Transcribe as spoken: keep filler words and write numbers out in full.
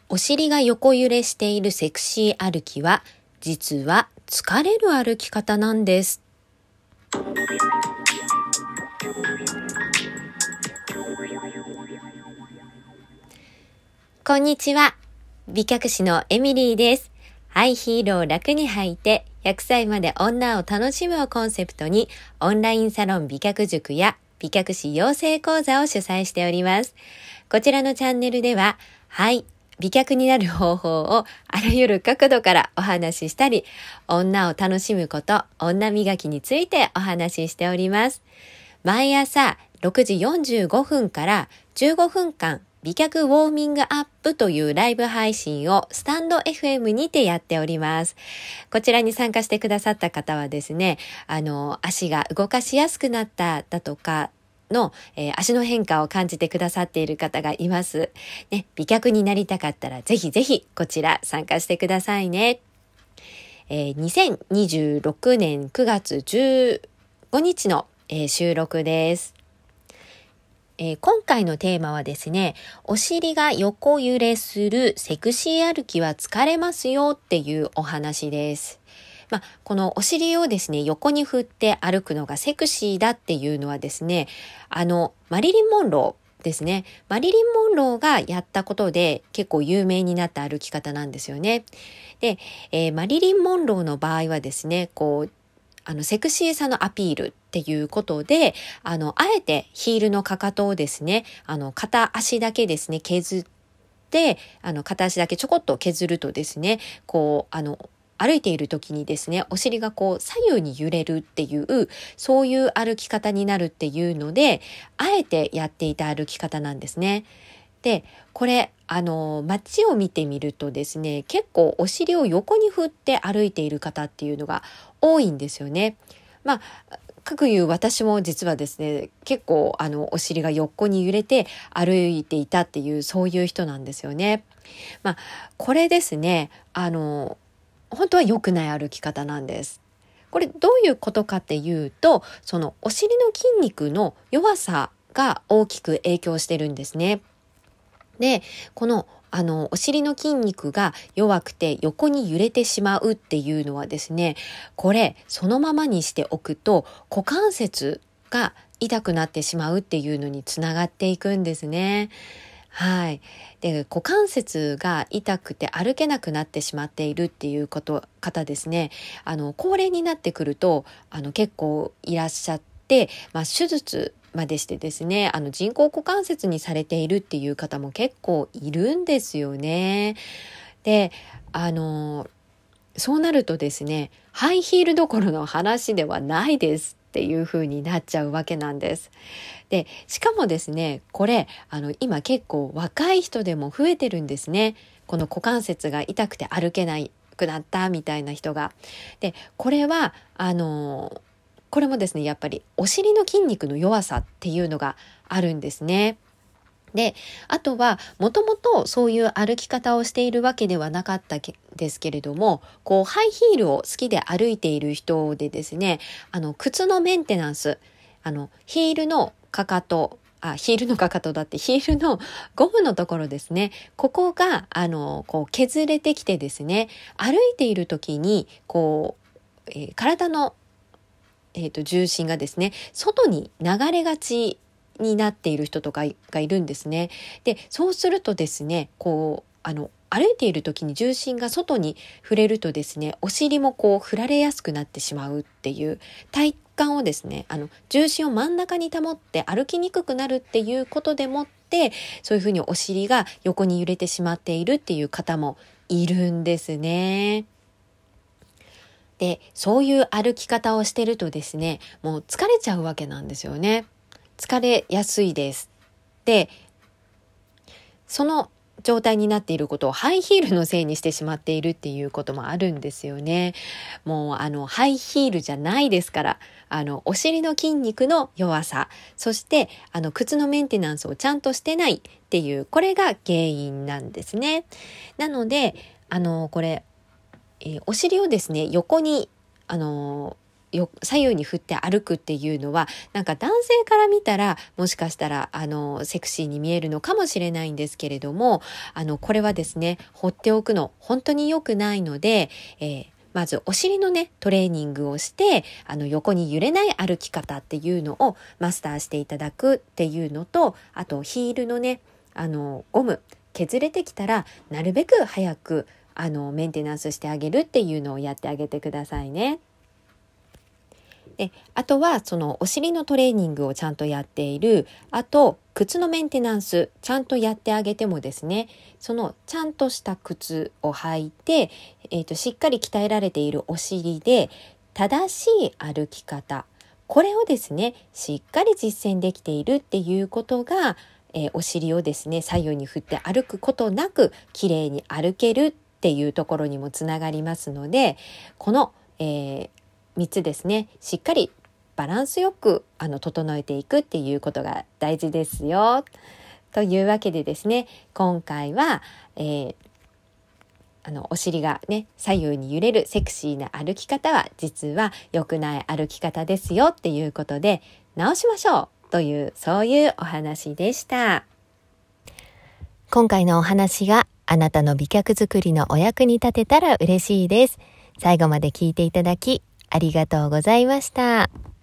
お尻が横揺れしているセクシー歩きは、実は疲れる歩き方なんです。こんにちは。美脚師のエミリーです。ハイヒールを楽に履いてひゃくさいまで女を楽しむをコンセプトに、オンラインサロン美脚塾や美脚師養成講座を主催しております。こちらのチャンネルでは、はい、美脚になる方法をあらゆる角度からお話ししたり、女を楽しむこと、女磨きについてお話ししております。毎朝ろくじよんじゅうごふんからじゅうごふんかん、美脚ウォーミングアップというライブ配信をスタンド エフエム にてやっております。こちらに参加してくださった方はですね、あの、足が動かしやすくなっただとか、の、えー、足の変化を感じてくださっている方がいます。ね、美脚になりたかったらぜひぜひこちら参加してくださいね。えー、にせんにじゅうろくねんくがつじゅうごにちの、えー、収録です。えー、今回のテーマはですね、お尻が横揺れするセクシー歩きは疲れますよっていうお話です。まあ、このお尻をですね、横に振って歩くのがセクシーだっていうのはですね、あの、マリリン・モンローですね。マリリン・モンローがやったことで結構有名になった歩き方なんですよね。で、えー、マリリン・モンローの場合はですね、こう、あの、セクシーさのアピールっていうことで、あの、あえてヒールのかかとをですね、あの、片足だけですね、削って、あの、片足だけちょこっと削るとですね、こう、あの、歩いている時にですね、お尻がこう左右に揺れるっていう、そういう歩き方になるっていうので、あえてやっていた歩き方なんですね。で、これ、あの、街を見てみるとですね、結構お尻を横に振って歩いている方っていうのが多いんですよね。まあ、かくいう私も実はですね、結構あの、お尻が横に揺れて歩いていたっていう、そういう人なんですよね。まあ、これですね、あの、本当は良くない歩き方なんです。これどういうことかっていうと、そのお尻の筋肉の弱さが大きく影響してるんですね。で、このあのお尻の筋肉が弱くて横に揺れてしまうっていうのはですね、これそのままにしておくと股関節が痛くなってしまうっていうのにつながっていくんですね。はい。で、股関節が痛くて歩けなくなってしまっているっていうこと方ですね。あの高齢になってくるとあの結構いらっしゃって、まあ、手術までしてですね、あの人工股関節にされているっていう方も結構いるんですよね。で、あのそうなるとですね、ハイヒールどころの話ではないですっていう風になっちゃうわけなんです。で、しかもですね、これあの今結構若い人でも増えてるんですね。この股関節が痛くて歩けなくなったみたいな人が。で、これはあのこれもですね、やっぱりお尻の筋肉の弱さっていうのがあるんですね。で、あとはもともとそういう歩き方をしているわけではなかったですけれども、こうハイヒールを好きで歩いている人でですね、あの靴のメンテナンス、あのヒールのかかと、あ、ヒールのかかとだってヒールのゴムのところですね。ここがあのこう削れてきてですね、歩いている時にこう、えー、体のえーと、重心がですね、外に流れがちになっている人とかがいるんですね。で、そうするとですね、こう、あの、歩いている時に重心が外に触れるとですね、お尻もこう振られやすくなってしまうっていう体感をですね、あの、重心を真ん中に保って歩きにくくなるっていうことでもって、そういうふうにお尻が横に揺れてしまっているっていう方もいるんですね。で、そういう歩き方をしてるとですね、もう疲れちゃうわけなんですよね。疲れやすいです。で、その状態になっていることをハイヒールのせいにしてしまっているっていうこともあるんですよね。もうあのハイヒールじゃないですから、あのお尻の筋肉の弱さ、そしてあの靴のメンテナンスをちゃんとしてないっていう、これが原因なんですね。なので、あのこれえー、お尻をですね横にあのよ左右に振って歩くっていうのはなんか男性から見たらもしかしたらあのセクシーに見えるのかもしれないんですけれども、あのこれはですね放っておくの本当に良くないので、えーまずお尻のねトレーニングをしてあの横に揺れない歩き方っていうのをマスターしていただくっていうのと、あとヒールのねあのゴム削れてきたらなるべく早くあのメンテナンスしてあげるっていうのをやってあげてくださいね。であとはそのお尻のトレーニングをちゃんとやっている、あと靴のメンテナンスちゃんとやってあげてもですね、そのちゃんとした靴を履いて、えーと、しっかり鍛えられているお尻で正しい歩き方、これをですねしっかり実践できているっていうことが、えー、お尻をですね左右に振って歩くことなくきれいに歩けるっていうところにもつながりますので、この、えーみっつですねしっかりバランスよくあの整えていくっていうことが大事ですよ。というわけでですね、今回は、えー、あのお尻がね左右に揺れるセクシーな歩き方は実は良くない歩き方ですよっていうことで直しましょうというそういうお話でした。今回のお話があなたの美脚作りのお役に立てたら嬉しいです。最後まで聞いていただきありがとうございました。